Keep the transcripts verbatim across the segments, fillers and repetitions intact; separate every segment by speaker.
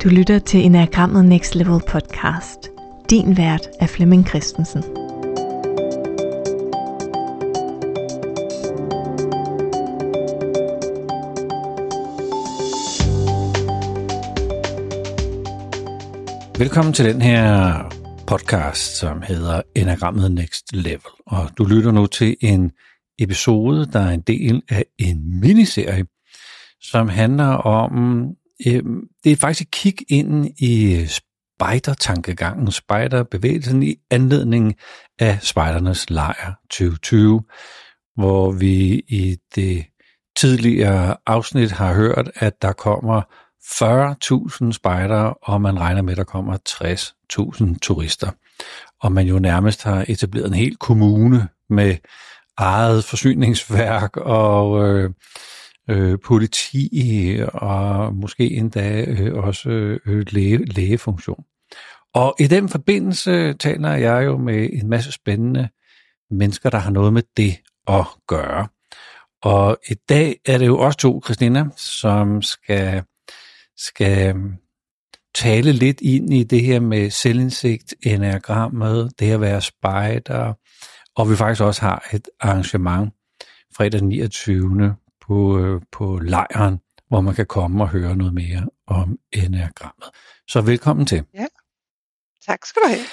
Speaker 1: Du lytter til Enagrammet Next Level podcast. Din vært er Flemming Christensen.
Speaker 2: Velkommen til den her podcast, som hedder Enagrammet Next Level. Og du lytter nu til en episode, der er en del af en miniserie, som handler om, øh, det er faktisk et kig ind i spejdertankegangen, spejderbevægelsen i anledning af Spejdernes Lejr tyve tyve, hvor vi i det tidligere afsnit har hørt, at der kommer fyrre tusind spejdere, og man regner med, at der kommer tres tusind turister. Og man jo nærmest har etableret en hel kommune med eget forsyningsværk og øh, øh, politi og måske endda øh, også øh, læge, lægefunktion. Og i den forbindelse taler jeg jo med en masse spændende mennesker, der har noget med det at gøre. Og i dag er det jo også to, Christina, som skal skal tale lidt ind i det her med selvindsigt, enagrammet, det at være spejder, og vi faktisk også har et arrangement fredag den niogtyvende på, øh, på lejren, hvor man kan komme og høre noget mere om enagrammet. Så velkommen til.
Speaker 3: Ja, tak skal du have.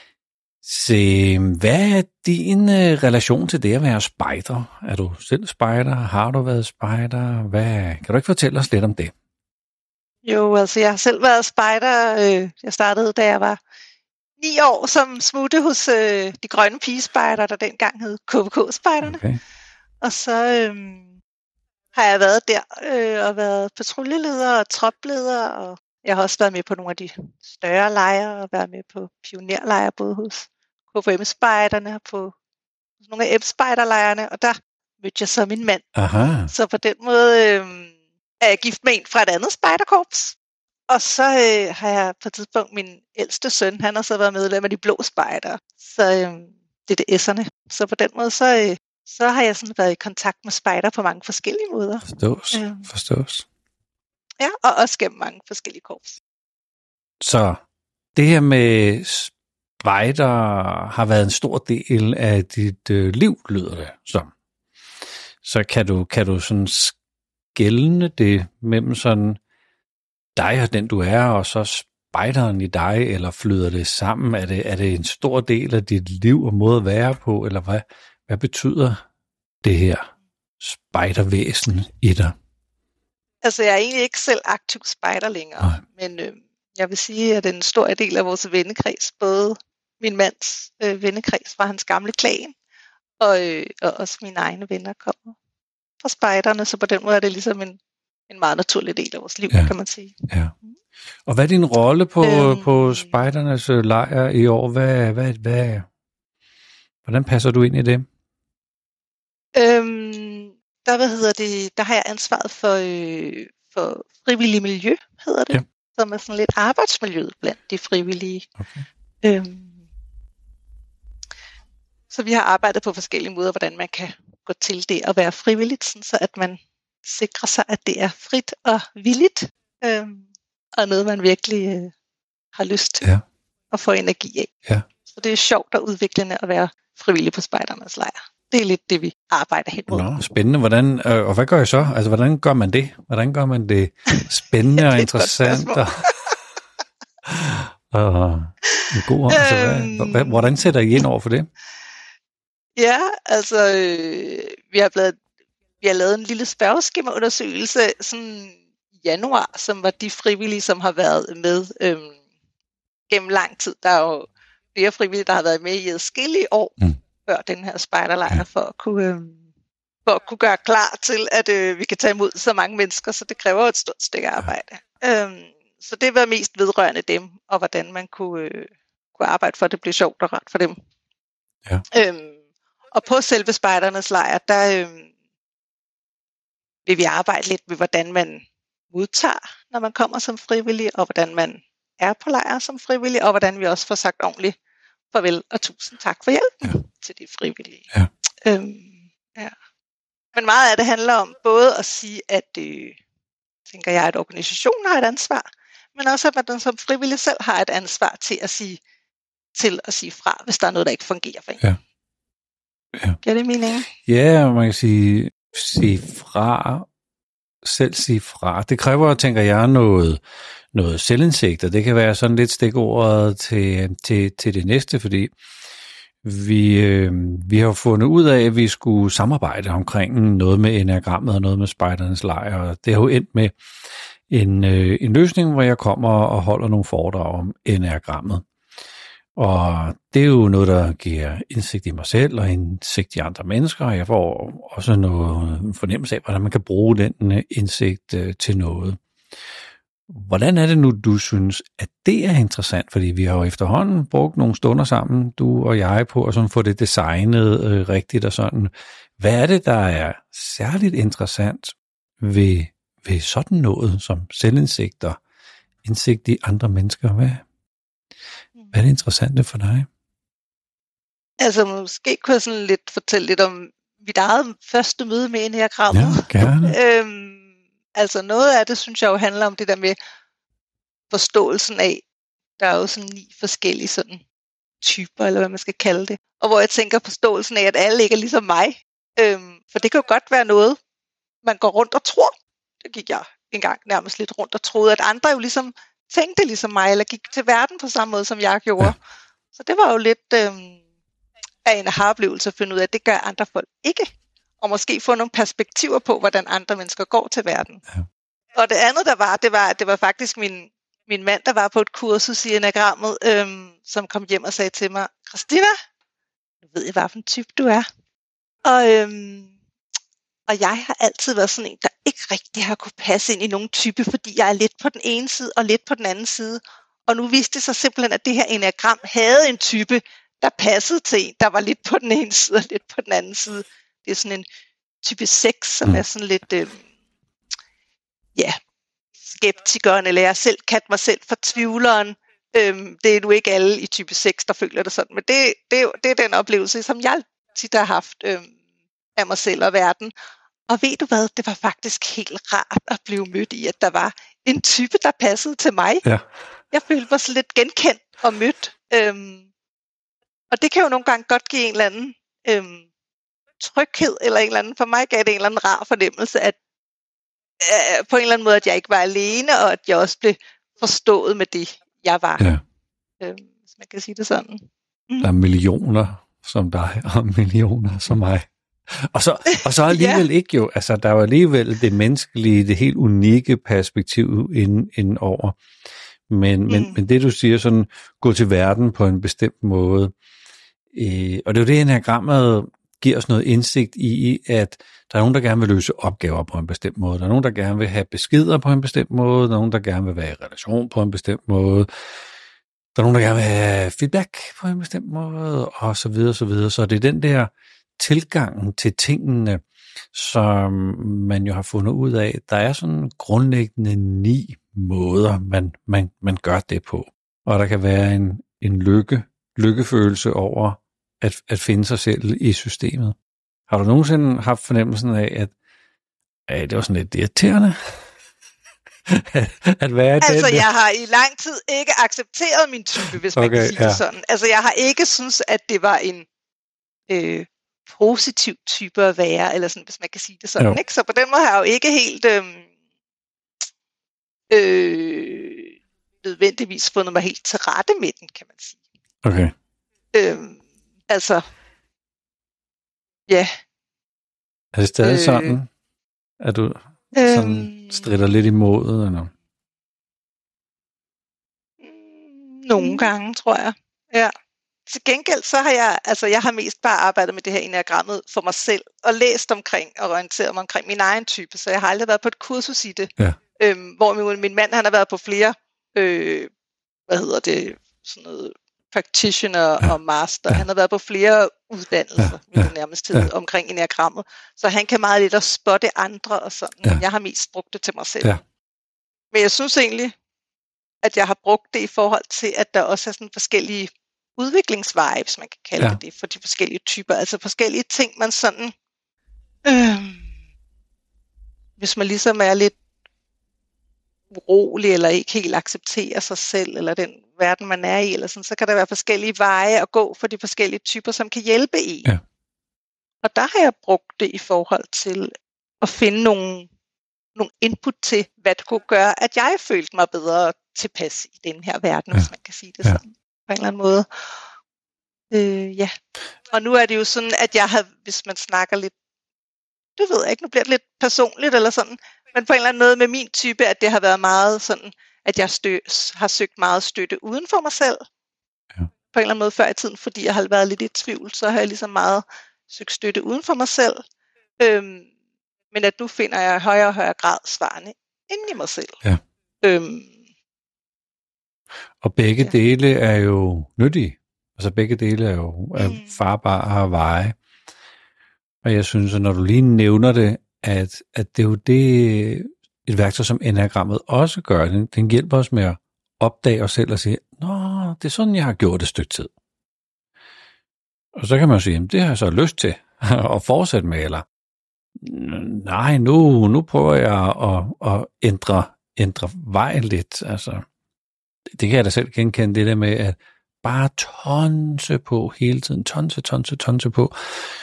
Speaker 2: Så hvad er din øh, relation til det at være spejder? Er du selv spejder? Har du været spejder? Hvad, kan du ikke fortælle os lidt om det?
Speaker 3: Jo, altså jeg har selv været spejder. Øh, jeg startede, da jeg var ni år som smutte hos øh, de grønne pigespejder, der dengang hed K V K-spejderne. Okay. Og så øh, har jeg været der øh, og været patruljeleder og tropleder, og jeg har også været med på nogle af de større lejre og været med på pionerlejre, både hos K V M-spejderne og på nogle af M-spejderlejrene, og der mødte jeg så min mand.
Speaker 2: Aha.
Speaker 3: Så på den måde Øh, er jeg gift med en fra et andet spejderkorps. Og så øh, har jeg på et tidspunkt min ældste søn, han har så været medlem af de blå spejdere. Så øh, det er det S'erne. Så på den måde, så, øh, så har jeg sådan været i kontakt med spejder på mange forskellige måder.
Speaker 2: Forstås, øh. forstås.
Speaker 3: Ja, og også gennem mange forskellige korps.
Speaker 2: Så det her med spejder har været en stor del af dit øh, liv, lyder det som. Så kan du, kan du sådan gældende det mellem sådan dig og den du er, og så spejderen i dig, eller flyder det sammen? Er det, er det en stor del af dit liv og måde at være på, eller hvad, hvad betyder det her spejdervæsen i dig?
Speaker 3: Altså, jeg er egentlig ikke selv aktiv spejder længere, Nej. men øh, jeg vil sige, at det er en stor del af vores vennekreds, både min mands øh, vennekreds fra hans gamle klan, og, øh, og også mine egne venner kommer fra spejderne, så på den måde er det ligesom en, en meget naturlig del af vores liv, ja. kan man sige.
Speaker 2: Ja. Og hvad er din rolle på, øhm, på spejdernes lejr i år? Hvad, hvad, hvad, hvordan passer du ind i det?
Speaker 3: Øhm, der, hvad hedder det, der har jeg ansvaret for, øh, for frivillig miljø, hedder det, ja. som er sådan lidt arbejdsmiljøet blandt de frivillige. Okay. Øhm, så vi har arbejdet på forskellige måder, hvordan man kan gå til det at være frivilligt, sådan så at man sikrer sig, at det er frit og villigt, øh, og noget, man virkelig øh, har lyst til ja. at få energi af.
Speaker 2: Ja.
Speaker 3: Så det er sjovt og udviklende at være frivillig på Spejdernes Lejr. Det er lidt det, vi arbejder hen mod.
Speaker 2: Nå, spændende. Hvordan, øh, og hvad gør I så? Altså, hvordan gør man det? Hvordan gør man det spændende og interessant? Og, og en god altså, hvad, hvad, hvordan sætter I ind over for det?
Speaker 3: Ja, altså, øh, vi har blevet, vi har lavet en lille spørgeskemaundersøgelse sådan i januar, som var de frivillige, som har været med øh, gennem lang tid. Der er jo flere frivillige, der har været med i adskillige år mm. før den her spejderlejr, ja. for at kunne, øh, for at kunne gøre klar til, at øh, vi kan tage imod så mange mennesker, så det kræver et stort stykke arbejde. Ja. Øh, så det var mest vedrørende dem, og hvordan man kunne, øh, kunne arbejde for, at det blev sjovt og rart for dem.
Speaker 2: Ja.
Speaker 3: Øh, Og på selve spejdernes lejr, der øh, vil vi arbejde lidt med, hvordan man modtager, når man kommer som frivillig, og hvordan man er på lejr som frivillig, og hvordan vi også får sagt ordentligt farvel og tusind tak for hjælpen ja. til de frivillige.
Speaker 2: Ja.
Speaker 3: Øhm, ja. Men meget af det handler om både at sige, at øh, tænker jeg, at organisationen har et ansvar, men også at man som frivillig selv har et ansvar til at sige, til at sige fra, hvis der er noget, der ikke fungerer for en.
Speaker 2: Ja. Ja.
Speaker 3: Giver det mening?
Speaker 2: Ja, man kan sige, sige fra, selv sige fra. Det kræver, tænker jeg, noget, noget selvindsigt, og det kan være sådan lidt stikordet til, til, til det næste, fordi vi, øh, vi har fundet ud af, at vi skulle samarbejde omkring noget med enagrammet og noget med spejdernes lejr, og det har jo endt med en, øh, en løsning, hvor jeg kommer og holder nogle foredrag om enagrammet. Og det er jo noget, der giver indsigt i mig selv og indsigt i andre mennesker, og jeg får også noget fornemmelse af, hvordan man kan bruge den indsigt øh, til noget. Hvordan er det nu, du synes, at det er interessant? Fordi vi har jo efterhånden brugt nogle stunder sammen, du og jeg, på at sådan få det designet øh, rigtigt og sådan. Hvad er det, der er særligt interessant ved, ved sådan noget som selvindsigt og indsigt i andre mennesker? Hvad, hvad er det interessante for dig?
Speaker 3: Altså måske kunne jeg sådan lidt fortælle lidt om mit eget første møde med enagrammet.
Speaker 2: Ja, gerne.
Speaker 3: øhm, Altså noget af det, synes jeg jo handler om det der med forståelsen af, der er jo sådan ni forskellige sådan typer, eller hvad man skal kalde det. Og hvor jeg tænker forståelsen af, at alle ikke er ligesom mig. Øhm, for det kan jo godt være noget, man går rundt og tror. Det gik jeg engang nærmest lidt rundt og troede, at andre jo ligesom tænkte ligesom mig, eller gik til verden på samme måde, som jeg gjorde. Ja. Så det var jo lidt øhm, af en aha-oplevelse at finde ud af, at det gør andre folk ikke. Og måske få nogle perspektiver på, hvordan andre mennesker går til verden. Ja. Og det andet, der var, det var, at det var faktisk min, min mand, der var på et kursus i enagrammet, øhm, som kom hjem og sagde til mig, Christina, nu ved jeg, hvad for en type du er. Og, øhm, og jeg har altid været sådan en, der ikke rigtig har kunne passe ind i nogen type, fordi jeg er lidt på den ene side og lidt på den anden side. Og nu viste det sig simpelthen, at det her enagram havde en type, der passede til en, der var lidt på den ene side og lidt på den anden side. Det er sådan en type seks, som mm. er sådan lidt, øh, ja, skeptikeren, eller jeg selv kaldt mig selv for tvivleren. Øhm, det er nu ikke alle i type seks, der føler det sådan, men det, det, det er den oplevelse, som jeg tit har haft øh, af mig selv og verden. Og ved du hvad, det var faktisk helt rart at blive mødt i, at der var en type, der passede til mig. Ja. Jeg følte mig så lidt genkendt og mødt. Øhm, og det kan jo nogle gange godt give en eller anden øhm, tryghed, eller en eller anden, for mig gav det en eller anden rar fornemmelse, at øh, på en eller anden måde, at jeg ikke var alene, og at jeg også blev forstået med det, jeg var. Ja. Øhm, hvis man kan sige det sådan. Mm. Der
Speaker 2: er millioner som dig, og millioner som mig. Og så, og så alligevel ja. ikke jo, altså der er jo alligevel det menneskelige, det helt unikke perspektiv inden, inden over. Men, mm. men, men det du siger, sådan gå til verden på en bestemt måde, øh, og det er jo det, enagrammet giver os noget indsigt i, at der er nogen, der gerne vil løse opgaver på en bestemt måde, der er nogen, der gerne vil have beskeder på en bestemt måde, der er nogen, der gerne vil være i relation på en bestemt måde, der er nogen, der gerne vil have feedback på en bestemt måde, og så videre, så videre. Så det er den der tilgangen til tingene, som man jo har fundet ud af, der er sådan grundlæggende ni måder, man, man, man gør det på. Og der kan være en, en lykke, lykkefølelse over at, at finde sig selv i systemet. Har du nogensinde haft fornemmelsen af, at, at det var sådan lidt irriterende? at være
Speaker 3: altså,
Speaker 2: den,
Speaker 3: jeg har i lang tid ikke accepteret min type, hvis man okay, kan sige ja. det sådan. Altså, jeg har ikke synes, at det var en øh, positiv type at være, eller sådan, hvis man kan sige det sådan. Ikke? Så på den måde har jeg jo ikke helt øh, øh, nødvendigvis fundet mig helt til rette med den, kan man sige.
Speaker 2: Okay.
Speaker 3: Øh, altså, ja.
Speaker 2: Er det stadig øh, sådan, at du sådan stritter lidt imod, eller?
Speaker 3: Nogle gange, tror jeg. Ja. Til gengæld, så har jeg, altså jeg har mest bare arbejdet med det her enagrammet for mig selv, og læst omkring, og orienteret mig omkring min egen type, så jeg har aldrig været på et kursus i det, ja. øhm, hvor min, min mand, han har været på flere, øh, hvad hedder det, sådan noget, practitioner ja. og master, ja. han har været på flere uddannelser, ja. Ja. nærmest tid, ja. omkring enagrammet, så han kan meget lidt at spotte andre og sådan, ja. jeg har mest brugt det til mig selv. Ja. Men jeg synes egentlig, at jeg har brugt det i forhold til, at der også er sådan forskellige udviklingsvibes, man kan kalde ja. det, for de forskellige typer, altså forskellige ting, man sådan, øh, hvis man ligesom er lidt urolig, eller ikke helt accepterer sig selv, eller den verden, man er i, eller sådan, så kan der være forskellige veje at gå for de forskellige typer, som kan hjælpe en.
Speaker 2: Ja.
Speaker 3: Og der har jeg brugt det i forhold til at finde nogle, nogle input til, hvad det kunne gøre, at jeg følte mig bedre tilpas i den her verden, ja. Hvis man kan sige det ja. Sådan, på en eller anden måde. Øh, ja. Og nu er det jo sådan, at jeg har, hvis man snakker lidt, det ved jeg ikke, nu bliver det lidt personligt eller sådan, men på en eller anden måde med min type, at det har været meget sådan, at jeg stø- har søgt meget støtte uden for mig selv. Ja. På en eller anden måde før i tiden, fordi jeg har været lidt i tvivl, så har jeg ligesom meget søgt støtte uden for mig selv. Øhm, men at nu finder jeg i højere og højere grad svarene inde i mig selv.
Speaker 2: Ja.
Speaker 3: Øhm,
Speaker 2: og begge
Speaker 3: ja.
Speaker 2: dele er jo nyttige. Altså begge dele er jo er
Speaker 3: mm.
Speaker 2: farbare veje. Og jeg synes, at når du lige nævner det, at, at det er jo det, et værktøj, som enagrammet også gør. Den, den hjælper os med at opdage os selv og sige, nå, det er sådan, jeg har gjort et stykke tid. Og så kan man jo sige, det har jeg så lyst til at fortsætte med, eller nej, nu, nu prøver jeg at, at ændre, ændre vejen lidt. Altså, det kan jeg da selv genkende, det der med at bare tonse på hele tiden, tonse, tonse, tonse på.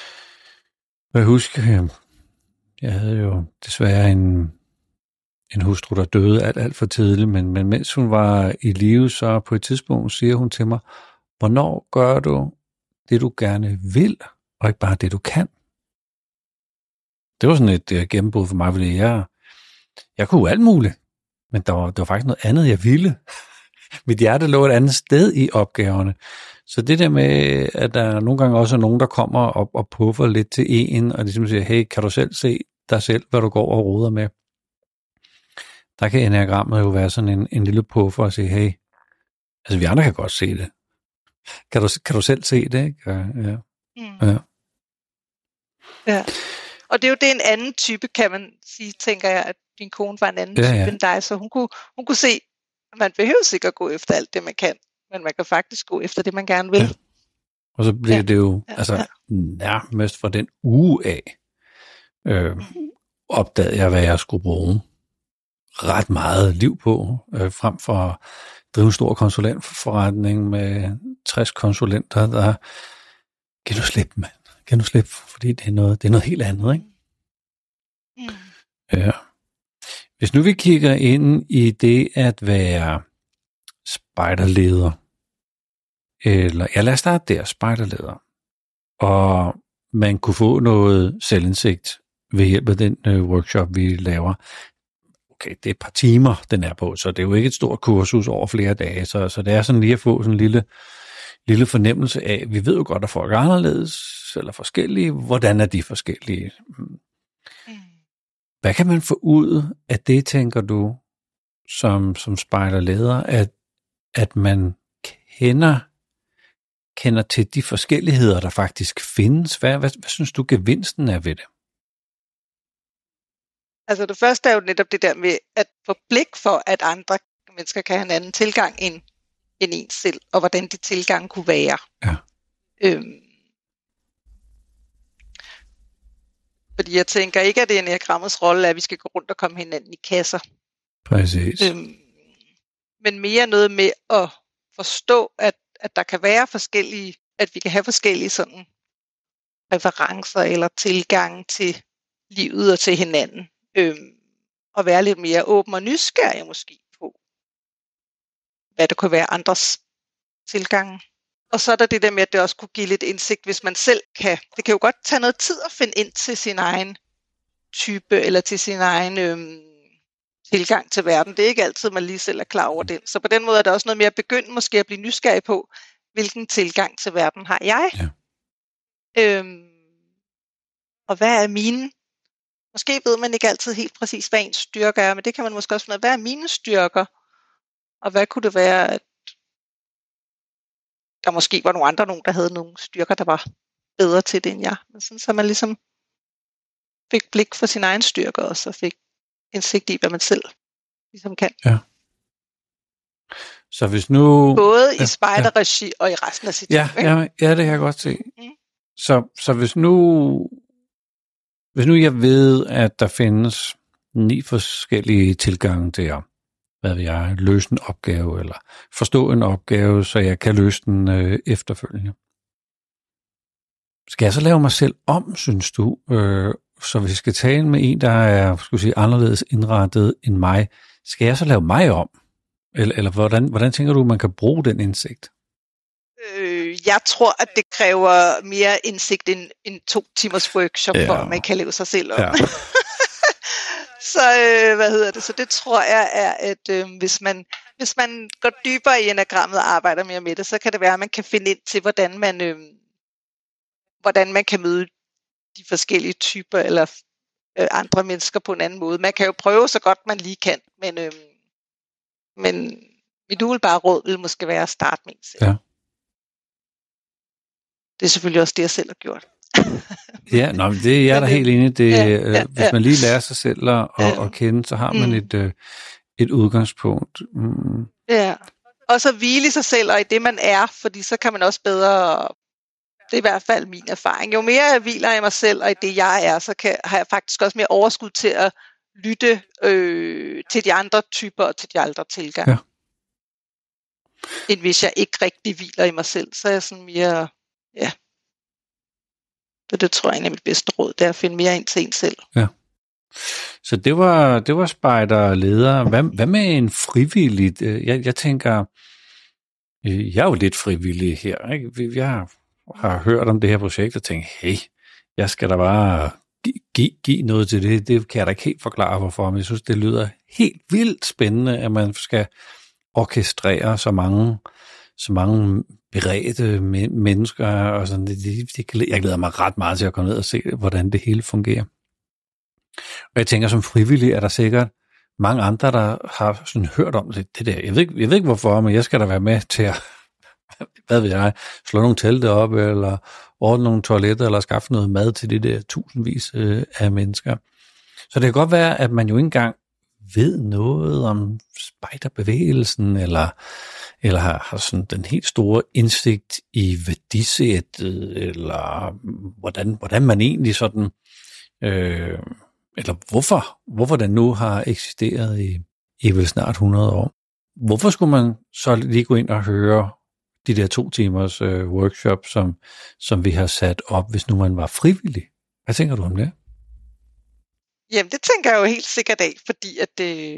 Speaker 2: Jeg husker, jeg havde jo desværre en, en hustru, der døde alt, alt for tidligt, men, men mens hun var i live, så på et tidspunkt siger hun til mig, hvornår gør du det, du gerne vil, og ikke bare det, du kan? Det var sådan et uh, gennembrud for mig, fordi jeg, jeg kunne alt muligt, men der var, der var faktisk noget andet, jeg ville. Mit hjerte lå et andet sted i opgaverne. Så det der med, at der nogle gange også er nogen, der kommer op og puffer lidt til en, og ligesom siger, hey, kan du selv se dig selv, hvad du går og roder med? Der kan enagrammet jo være sådan en, en lille puffer og sige, hey, altså vi andre kan godt se det. Kan du, kan du selv se det, ikke? Ja. Ja.
Speaker 3: Mm. ja. ja. Og det er jo det en anden type, kan man sige, tænker jeg, at din kone var en anden
Speaker 2: ja,
Speaker 3: type
Speaker 2: ja.
Speaker 3: end dig, så hun kunne, hun kunne se, at man behøver sikkert at gå efter alt det, man kan, men man kan faktisk gå efter det, man gerne vil.
Speaker 2: Ja. Og så bliver ja. det jo
Speaker 3: ja,
Speaker 2: altså
Speaker 3: ja.
Speaker 2: nærmest fra den uge af, øh, opdagede jeg, hvad jeg skulle bruge ret meget liv på, øh, frem for at drive en stor konsulentforretning med tres konsulenter, der kan du slippe, mand. Kan du slippe, fordi det er noget, det er noget helt andet, ikke?
Speaker 3: Mm.
Speaker 2: Ja. Hvis nu vi kigger ind i det at være spejderleder, eller ja, lad os starte der, spejderleder, og man kunne få noget selvindsigt ved hjælp af den øh, workshop, vi laver. Okay, det er et par timer, den er på, så det er jo ikke et stort kursus over flere dage, så, så det er sådan lige at få sådan en lille, lille fornemmelse af, vi ved jo godt, at folk er anderledes, eller forskellige, hvordan er de forskellige?
Speaker 3: Mm.
Speaker 2: Hvad kan man få ud af det, tænker du, som, som spejderleder, at, at man kender, kender til de forskelligheder, der faktisk findes? Hvad, hvad, hvad synes du, gevinsten er ved det?
Speaker 3: Altså det første er jo netop det der med at få blik for, at andre mennesker kan have en anden tilgang end, end en selv, og hvordan de tilgang kunne være.
Speaker 2: Ja.
Speaker 3: Øhm, fordi jeg tænker ikke, at det er enagrammets rolle, at vi skal gå rundt og komme hinanden i kasser.
Speaker 2: Præcis.
Speaker 3: Øhm, men mere noget med at forstå, at, at der kan være forskellige, at vi kan have forskellige sådan referencer eller tilgang til livet og til hinanden. Øhm, og være lidt mere åben og nysgerrig måske på, hvad der kunne være andres tilgange. Og så er der det der med, at det også kunne give lidt indsigt, hvis man selv kan. Det kan jo godt tage noget tid at finde ind til sin egen type, eller til sin egen øhm, tilgang til verden. Det er ikke altid, man lige selv er klar over den. Så på den måde er der også noget mere at begynde måske at blive nysgerrig på, hvilken tilgang til verden har jeg?
Speaker 2: Ja.
Speaker 3: Øhm, og hvad er mine? Måske ved man ikke altid helt præcis, hvad ens styrker er, men det kan man måske også finde ud af. Hvad er mine styrker? Og hvad kunne det være, at der måske var nogle andre, nogen, der havde nogle styrker, der var bedre til det end jeg. Men sådan, så man ligesom fik blik for sin egen styrker, og så fik indsigt i, hvad man selv ligesom kan.
Speaker 2: Ja. Så hvis nu...
Speaker 3: Både
Speaker 2: ja,
Speaker 3: i spejderregi ja. og i resten af sit
Speaker 2: ja,
Speaker 3: liv.
Speaker 2: Ja, ja, det kan jeg godt se.
Speaker 3: Mm.
Speaker 2: Så, så hvis nu... Hvis nu jeg ved, at der findes ni forskellige tilgange til at hvad ved jeg, løse en opgave, eller forstå en opgave, så jeg kan løse den øh, efterfølgende. Skal jeg så lave mig selv om, synes du? Øh, så hvis jeg skal tale med en, der er skal sige, anderledes indrettet end mig, skal jeg så lave mig om? Eller, eller hvordan, hvordan tænker du, man kan bruge den indsigt?
Speaker 3: Øh, jeg tror, at det kræver mere indsigt end en to timers workshop, ja. For at man kan lave sig selv om. Ja. så, øh, hvad hedder det? Så det tror jeg er, at øh, hvis, man, hvis man går dybere i enagrammet og arbejder mere med det, så kan det være, at man kan finde ind til, hvordan man, øh, hvordan man kan møde de forskellige typer eller øh, andre mennesker på en anden måde. Man kan jo prøve så godt man lige kan, men, øh, men mit umiddelbare råd vil måske være at starte med en selv. Ja. Det er selvfølgelig også det, jeg selv har gjort.
Speaker 2: ja, nå, det er jeg da helt enig. Det, ja, ja, hvis man lige lærer sig selv at, ja. at kende, så har man mm. et, øh, et udgangspunkt. Mm.
Speaker 3: Ja, og så hvile i sig selv og i det, man er, fordi så kan man også bedre, det er i hvert fald min erfaring. Jo mere jeg hviler i mig selv og i det, jeg er, så kan, har jeg faktisk også mere overskud til at lytte øh, til de andre typer og til de andre tilgange. Ja. End hvis jeg ikke rigtig hviler i mig selv, så er jeg sådan mere... Ja, så det tror jeg er mit bedste råd, det er at finde mere ind til en selv.
Speaker 2: Ja. Så det var, det var spejderleder. Hvad, hvad med en frivillig? Jeg, jeg tænker, jeg er jo lidt frivillig her, ikke? Jeg har hørt om det her projekt og tænkt, hey, jeg skal da bare give, give noget til det. Det kan jeg da ikke helt forklare, hvorfor, men jeg synes, det lyder helt vildt spændende, at man skal orkestrere så mange, så mange beredte mennesker, og sådan, det, det, det, jeg glæder mig ret meget til at komme ned og se, hvordan det hele fungerer. Og jeg tænker, som frivillig er der sikkert mange andre, der har sådan hørt om det, det der. Jeg ved, ikke, jeg ved ikke hvorfor, men jeg skal da være med til at, hvad ved jeg, slå nogle telte op, eller ordne nogle toiletter, eller skaffe noget mad til de der tusindvis øh, af mennesker. Så det kan godt være, at man jo ikke engang ved noget om spejderbevægelsen, eller, eller har, har sådan den helt store indsigt i værdisættet, eller hvordan, hvordan man egentlig sådan, øh, eller hvorfor, hvorfor den nu har eksisteret i, i vel snart hundrede år. Hvorfor skulle man så lige gå ind og høre de der to timers øh, workshop, som, som vi har sat op, hvis nu man var frivillig? Hvad tænker du om det?
Speaker 3: Jamen, det tænker jeg jo helt sikkert af, fordi at det,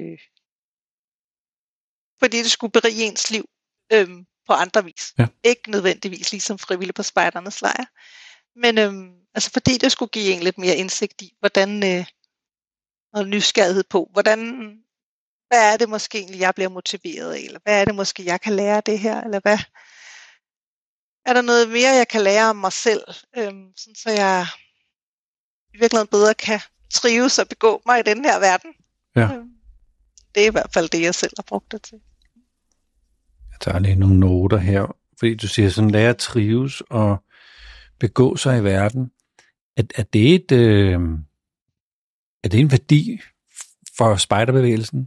Speaker 3: fordi det skulle berige ens liv øhm, på andre vis. Ja. Ikke nødvendigvis ligesom frivillig på spejdernes lejr, men øhm, altså fordi det skulle give en lidt mere indsigt i, hvordan øh, og nysgerrighed på, hvordan, hvad er det måske egentlig, jeg bliver motiveret af, eller hvad er det måske, jeg kan lære af det her, eller hvad er der noget mere, jeg kan lære om mig selv, øhm, sådan så jeg i virkeligheden bedre kan trives og begå mig i den her verden.
Speaker 2: Ja.
Speaker 3: Det er i hvert fald det, jeg selv har brugt det til.
Speaker 2: Jeg tager lige nogle noter her, fordi du siger sådan, lære at trives og begå sig i verden. Er, er, det, et, øh, er det en værdi for spejderbevægelsen?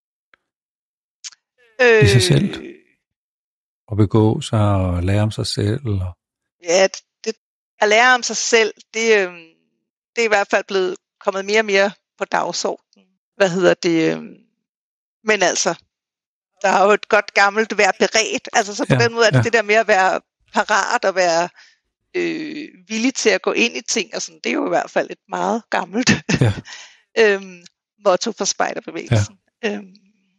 Speaker 2: Øh, I sig selv? At begå sig og lære om sig selv? Eller?
Speaker 3: Ja, det, at lære om sig selv, det, øh, det er i hvert fald blevet kommet mere og mere på dagsordenen. Hvad hedder det? Øh, men altså, der er jo et godt gammelt være beredt. Altså, så på ja, den måde er det ja. det der med at være parat og være øh, villig til at gå ind i ting, og sådan, det er jo i hvert fald et meget gammelt ja. øhm, motto for spejderbevægelsen. Ja. Øhm,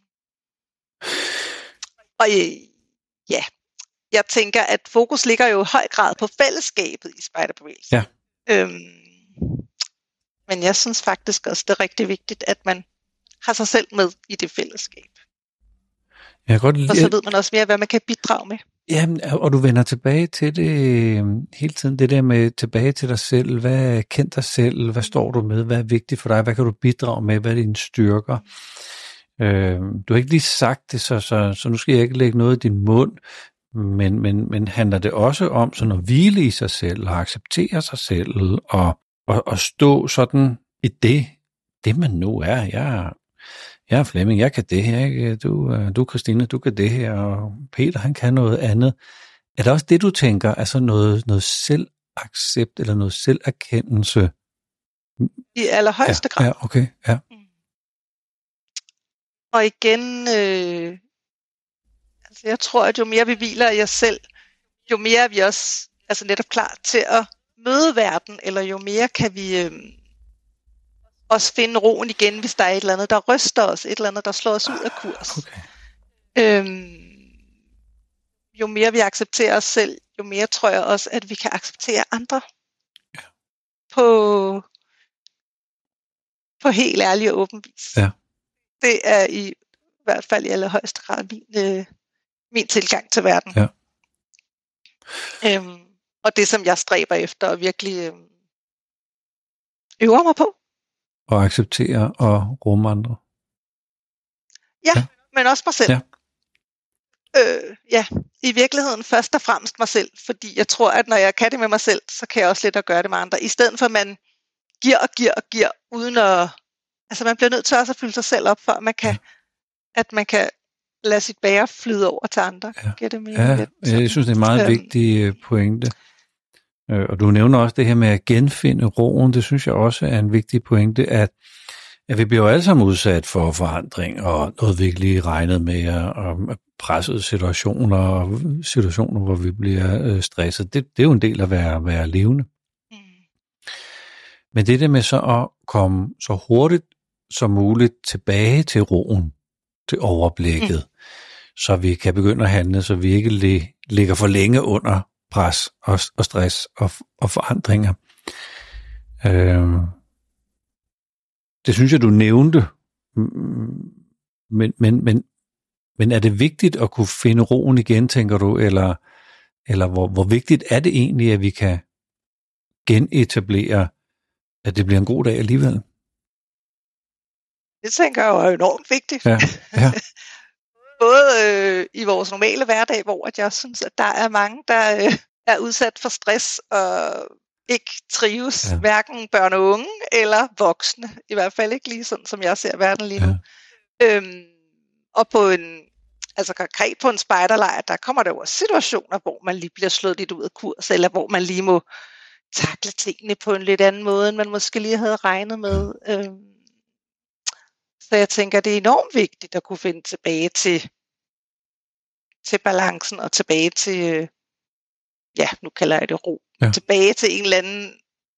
Speaker 3: og ja, jeg tænker, at fokus ligger jo i høj grad på fællesskabet i spejderbevægelsen.
Speaker 2: Ja.
Speaker 3: Øhm, men jeg synes faktisk også, det er rigtig vigtigt, at man har sig selv med i det fællesskab.
Speaker 2: Jeg kan godt,
Speaker 3: og så ved man også mere, hvad man kan bidrage med.
Speaker 2: Ja, og du vender tilbage til det hele tiden, det der med tilbage til dig selv. Hvad kender dig selv? Hvad står du med? Hvad er vigtigt for dig? Hvad kan du bidrage med? Hvad er dine styrker? Øh, du har ikke lige sagt det, så, så, så nu skal jeg ikke lægge noget i din mund, men, men, men handler det også om sådan at hvile i sig selv og acceptere sig selv og, og, og stå sådan i det, det man nu er. Jeg Jeg er Flemming, jeg kan det her, ikke? Du, du Christine, du kan det her, og Peter, han kan noget andet. Er det også det, du tænker, altså noget, noget selvaccept eller noget selverkendelse?
Speaker 3: I allerhøjeste grad.
Speaker 2: Ja, okay, ja.
Speaker 3: Og igen, øh, altså jeg tror, at jo mere vi hviler i os selv, jo mere er vi også altså netop klar til at møde verden, eller jo mere kan vi øh, også finde roen igen, hvis der er et eller andet, der ryster os, et eller andet, der slår os ud af kurs.
Speaker 2: Okay.
Speaker 3: Øhm, jo mere vi accepterer os selv, jo mere tror jeg også, at vi kan acceptere andre.
Speaker 2: Ja.
Speaker 3: På, på helt ærlig og åben vis.
Speaker 2: Ja.
Speaker 3: Det er i hvert fald i allerhøjeste grad min, øh, min tilgang til verden.
Speaker 2: Ja.
Speaker 3: Øhm, og det, som jeg stræber efter og virkelig øh, øver mig på.
Speaker 2: Og acceptere og rumme andre.
Speaker 3: Ja,
Speaker 2: ja,
Speaker 3: men også mig selv.
Speaker 2: Ja.
Speaker 3: Øh, ja, i virkeligheden først og fremmest mig selv, fordi jeg tror, at når jeg kan det med mig selv, så kan jeg også lidt at gøre det med andre. I stedet for, at man giver og giver og giver, uden at... Altså, man bliver nødt til også at fylde sig selv op, for at man kan, ja. at man kan lade sit bære flyde over til andre.
Speaker 2: Ja,
Speaker 3: Giver det
Speaker 2: ja
Speaker 3: lidt,
Speaker 2: jeg synes, det er en meget
Speaker 3: øhm,
Speaker 2: vigtig pointe. Og du nævner også det her med at genfinde roen. Det synes jeg også er en vigtig pointe, at, at vi bliver jo alle sammen udsat for forandring og noget virkelig regnet med og pressede situationer og situationer, hvor vi bliver øh, stresset. Det, det er jo en del af at være, være levende. Mm. Men det der med så at komme så hurtigt som muligt tilbage til roen, til overblikket, mm. så vi kan begynde at handle, så vi ikke li- ligger for længe under pres og, og stress og, og forandringer. Øh, det synes jeg, du nævnte. Men, men, men, men er det vigtigt at kunne finde roen igen, tænker du? Eller, eller hvor, hvor vigtigt er det egentlig, at vi kan genetablere, at det bliver en god dag alligevel?
Speaker 3: Det tænker jeg er enormt vigtigt.
Speaker 2: Ja, ja.
Speaker 3: Både øh, i vores normale hverdag, hvor at jeg synes, at der er mange, der øh, er udsat for stress og ikke trives, ja. Hverken børn og unge eller voksne. I hvert fald ikke lige sådan, som jeg ser verden lige nu. Ja. Øhm, og på en, altså konkret på en spejderlejr, der kommer der jo også situationer, hvor man lige bliver slået lidt ud af kurs, eller hvor man lige må takle tingene på en lidt anden måde, end man måske lige havde regnet med. Øhm, Så jeg tænker, det er enormt vigtigt at kunne finde tilbage til, til balancen og tilbage til, ja, nu kalder jeg det ro, ja. Tilbage til en eller anden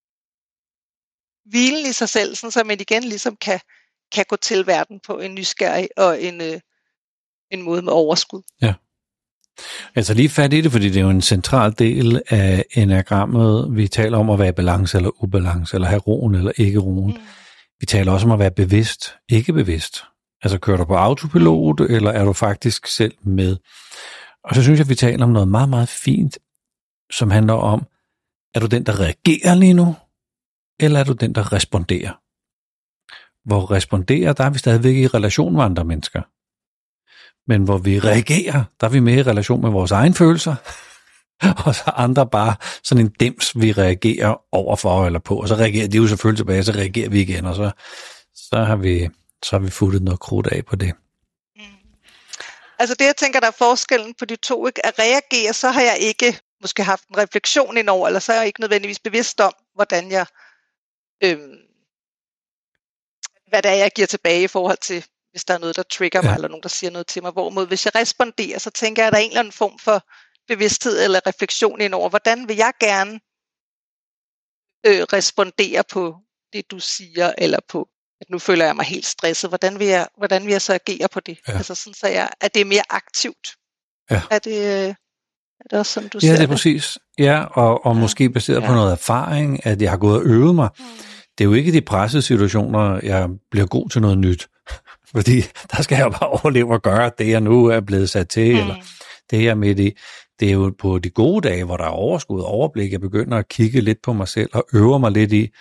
Speaker 3: hvilen i sig selv, sådan, så man igen ligesom kan, kan gå til verden på en nysgerrig og en, øh, en måde med overskud. Ja.
Speaker 2: Altså lige fat i det, fordi det er jo en central del af enagrammet. Vi taler om at være i balance eller ubalance, eller have roen eller ikke roen. Mm. Vi taler også om at være bevidst, ikke bevidst. Altså kører du på autopilot, eller er du faktisk selv med? Og så synes jeg, at vi taler om noget meget, meget fint, som handler om, er du den, der reagerer lige nu, eller er du den, der responderer? Hvor responderer, der er vi stadigvæk i relation med andre mennesker. Men hvor vi reagerer, der er vi mere i relation med vores egne følelser, og så andre bare sådan en dims, vi reagerer overfor eller på, og så reagerer de jo selvfølgelig tilbage, så reagerer vi igen, og så, så har vi så har vi futtet noget krudt af på det.
Speaker 3: Mm. Altså det, jeg tænker, der er forskellen på de to, ikke? At reagere, så har jeg ikke måske haft en refleksion indover, eller så er jeg ikke nødvendigvis bevidst om, hvordan jeg, øhm, hvad det er, jeg giver tilbage i forhold til, hvis der er noget, der trigger mig, ja. Eller nogen, der siger noget til mig. Hvorimod, hvis jeg responderer, så tænker jeg, at der er en eller anden form for bevidsthed eller refleksion indover, hvordan vil jeg gerne øh, respondere på det, du siger, eller på, at nu føler jeg mig helt stresset. Hvordan vil jeg, hvordan vil jeg så agere på det? Ja. Altså sådan, så jeg, at det er mere aktivt. Ja. Er det, er det også sådan, du
Speaker 2: ja,
Speaker 3: ser det?
Speaker 2: Ja, det er præcis. Ja, og, og ja. Måske baseret ja. På noget erfaring, at jeg har gået og øvet mig. Hmm. Det er jo ikke de pressede situationer, jeg bliver god til noget nyt. Fordi der skal jeg bare overleve og gøre det, jeg nu er blevet sat til, hmm. eller det jeg midt i. Det er jo på de gode dage, hvor der er overskud og overblik, jeg begynder at kigge lidt på mig selv og øver mig lidt i,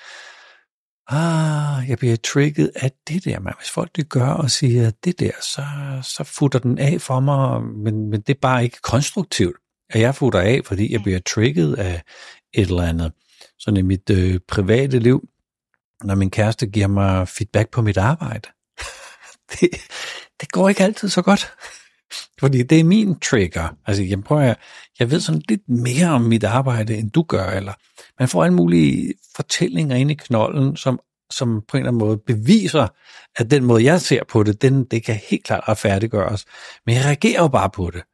Speaker 2: ah, jeg bliver trigget af det der, man. Hvis folk det gør og siger det der, så, så futter den af for mig, men, men det er bare ikke konstruktivt, at jeg futter af, fordi jeg bliver trigget af et eller andet. Sådan i mit øh, private liv, når min kæreste giver mig feedback på mit arbejde. det, det går ikke altid så godt. Fordi det er min trigger. Altså, jeg prøver, jeg, jeg ved sådan lidt mere om mit arbejde, end du gør, eller man får alle mulige fortællinger ind i knolden, som som på en eller anden måde beviser, at den måde, jeg ser på det, den, det kan helt klart retfærdiggøres. Men jeg reagerer jo bare på det.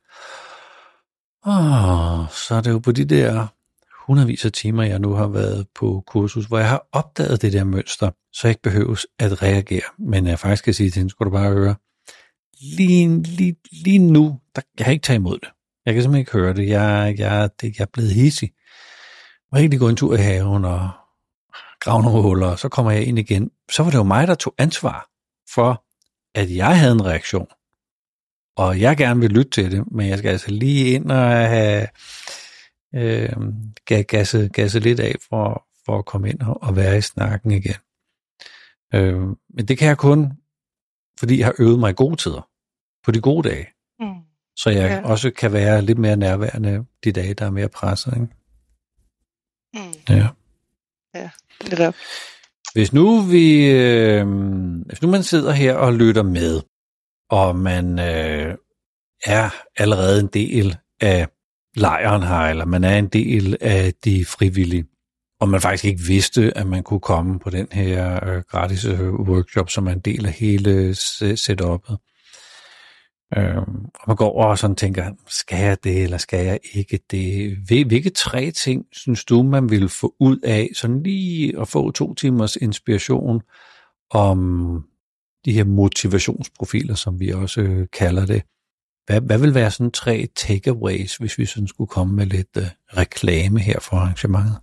Speaker 2: Og så er det jo på de der hundredvis af timer, jeg nu har været på kursus, hvor jeg har opdaget det der mønster, så jeg ikke behøves at reagere. Men jeg faktisk kan sige til hende, skulle du bare høre, lige, lige, lige nu, der, jeg har ikke taget imod det. Jeg kan simpelthen ikke høre det. Jeg, jeg, det, jeg er blevet hissig. Jeg må ikke gå en tur i haven og grave nogle huller, og så kommer jeg ind igen. Så var det jo mig, der tog ansvar for, at jeg havde en reaktion. Og jeg gerne vil lytte til det, men jeg skal altså lige ind og have øh, gasset, gasset lidt af for, for at komme ind og være i snakken igen. Øh, men det kan jeg kun, fordi jeg har øvet mig i gode tider, på de gode dage. Mm. Så jeg ja. også kan være lidt mere nærværende de dage, der er mere presset. Ikke? Mm. Ja.
Speaker 3: Ja, det er.
Speaker 2: Hvis nu vi, øh, hvis nu man sidder her og lytter med, og man øh, er allerede en del af lejren her, eller man er en del af de frivillige, og man faktisk ikke vidste, at man kunne komme på den her øh, gratis øh, workshop, som er en del af hele setup'et. Øh, og man går over og sådan tænker, skal jeg det, eller skal jeg ikke det? Hvilke tre ting, synes du, man ville få ud af, sådan lige at få to timers inspiration om de her motivationsprofiler, som vi også øh, kalder det. Hvad, hvad vil være sådan tre takeaways, hvis vi sådan skulle komme med lidt øh, reklame her for arrangementet?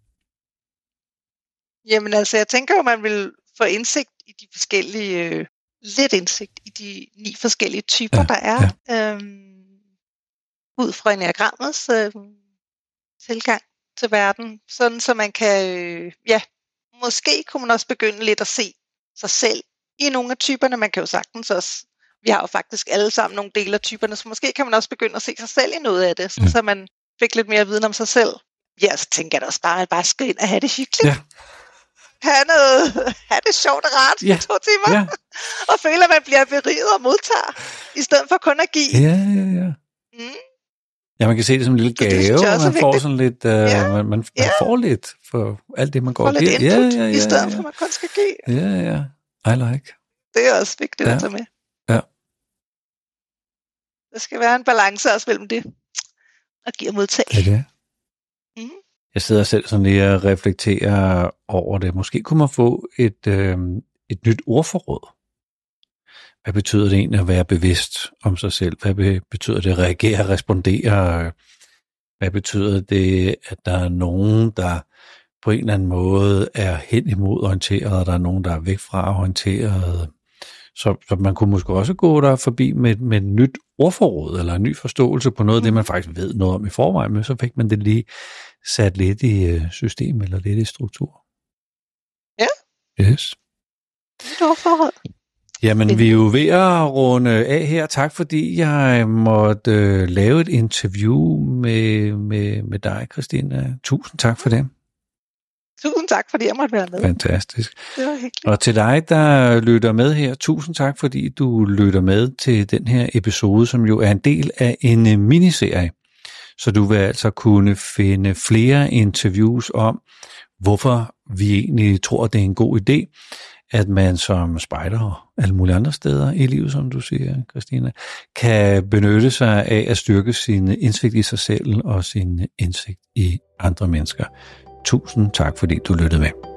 Speaker 3: Jamen altså, jeg tænker jo, man vil få indsigt i de forskellige, øh, lidt indsigt i de ni forskellige typer, ja, der er. Ja. Øhm, ud fra enneagrammets øh, tilgang til verden. Sådan, så man kan, øh, ja, måske kunne man også begynde lidt at se sig selv i nogle af typerne. Man kan jo sagtens også, vi har jo faktisk alle sammen nogle dele af typerne, så måske kan man også begynde at se sig selv i noget af det, sådan, ja. Så man fik lidt mere viden om sig selv. Ja, så tænker jeg da også bare, at bare skal ind og have det hyggeligt. Ja. have, noget, have det sjovt og rart ja. i to timer, ja. og føle, at man bliver beriget og modtager, i stedet for kun at give.
Speaker 2: Ja, ja, ja. Mm. Ja, man kan se det som en lille gave, og man får sådan lidt, uh, ja. man, man, man
Speaker 3: ja.
Speaker 2: får lidt for alt det, man går og
Speaker 3: giver. Får lidt input,
Speaker 2: ja, ja, ja,
Speaker 3: i stedet
Speaker 2: ja.
Speaker 3: for, at man kun skal give.
Speaker 2: Ja, ja, I like.
Speaker 3: Det er også vigtigt ja. at tage med.
Speaker 2: Ja.
Speaker 3: Der skal være en balance også mellem det, og give og modtage.
Speaker 2: Ja, det. Mm. Jeg sidder selv sådan lige og reflekterer over det. Måske kunne man få et, øh, et nyt ordforråd. Hvad betyder det egentlig at være bevidst om sig selv? Hvad betyder det at reagere, respondere? Hvad betyder det, at der er nogen, der på en eller anden måde er hen imod orienteret, og der er nogen, der er væk fra orienteret? Så, så man kunne måske også gå der forbi med, med et nyt ordforråd, eller en ny forståelse på noget af det, man faktisk ved noget om i forvejen, men så fik man det lige sat lidt i system, eller lidt i struktur.
Speaker 3: Ja.
Speaker 2: Yes.
Speaker 3: Et ordforråd.
Speaker 2: Jamen, vi er jo ved at runde af her. Tak, fordi jeg måtte øh, lave et interview med, med, med dig, Christina. Tusind tak for det.
Speaker 3: Tusind tak, fordi jeg måtte være med.
Speaker 2: Fantastisk.
Speaker 3: Det var hyggeligt.
Speaker 2: Og til dig, der lytter med her, tusind tak, fordi du lytter med til den her episode, som jo er en del af en miniserie. Så du vil altså kunne finde flere interviews om, hvorfor vi egentlig tror, det er en god idé, at man som spejder og alle mulige andre steder i livet, som du siger, Christina, kan benytte sig af at styrke sin indsigt i sig selv og sin indsigt i andre mennesker. Tusind tak, fordi du lyttede med.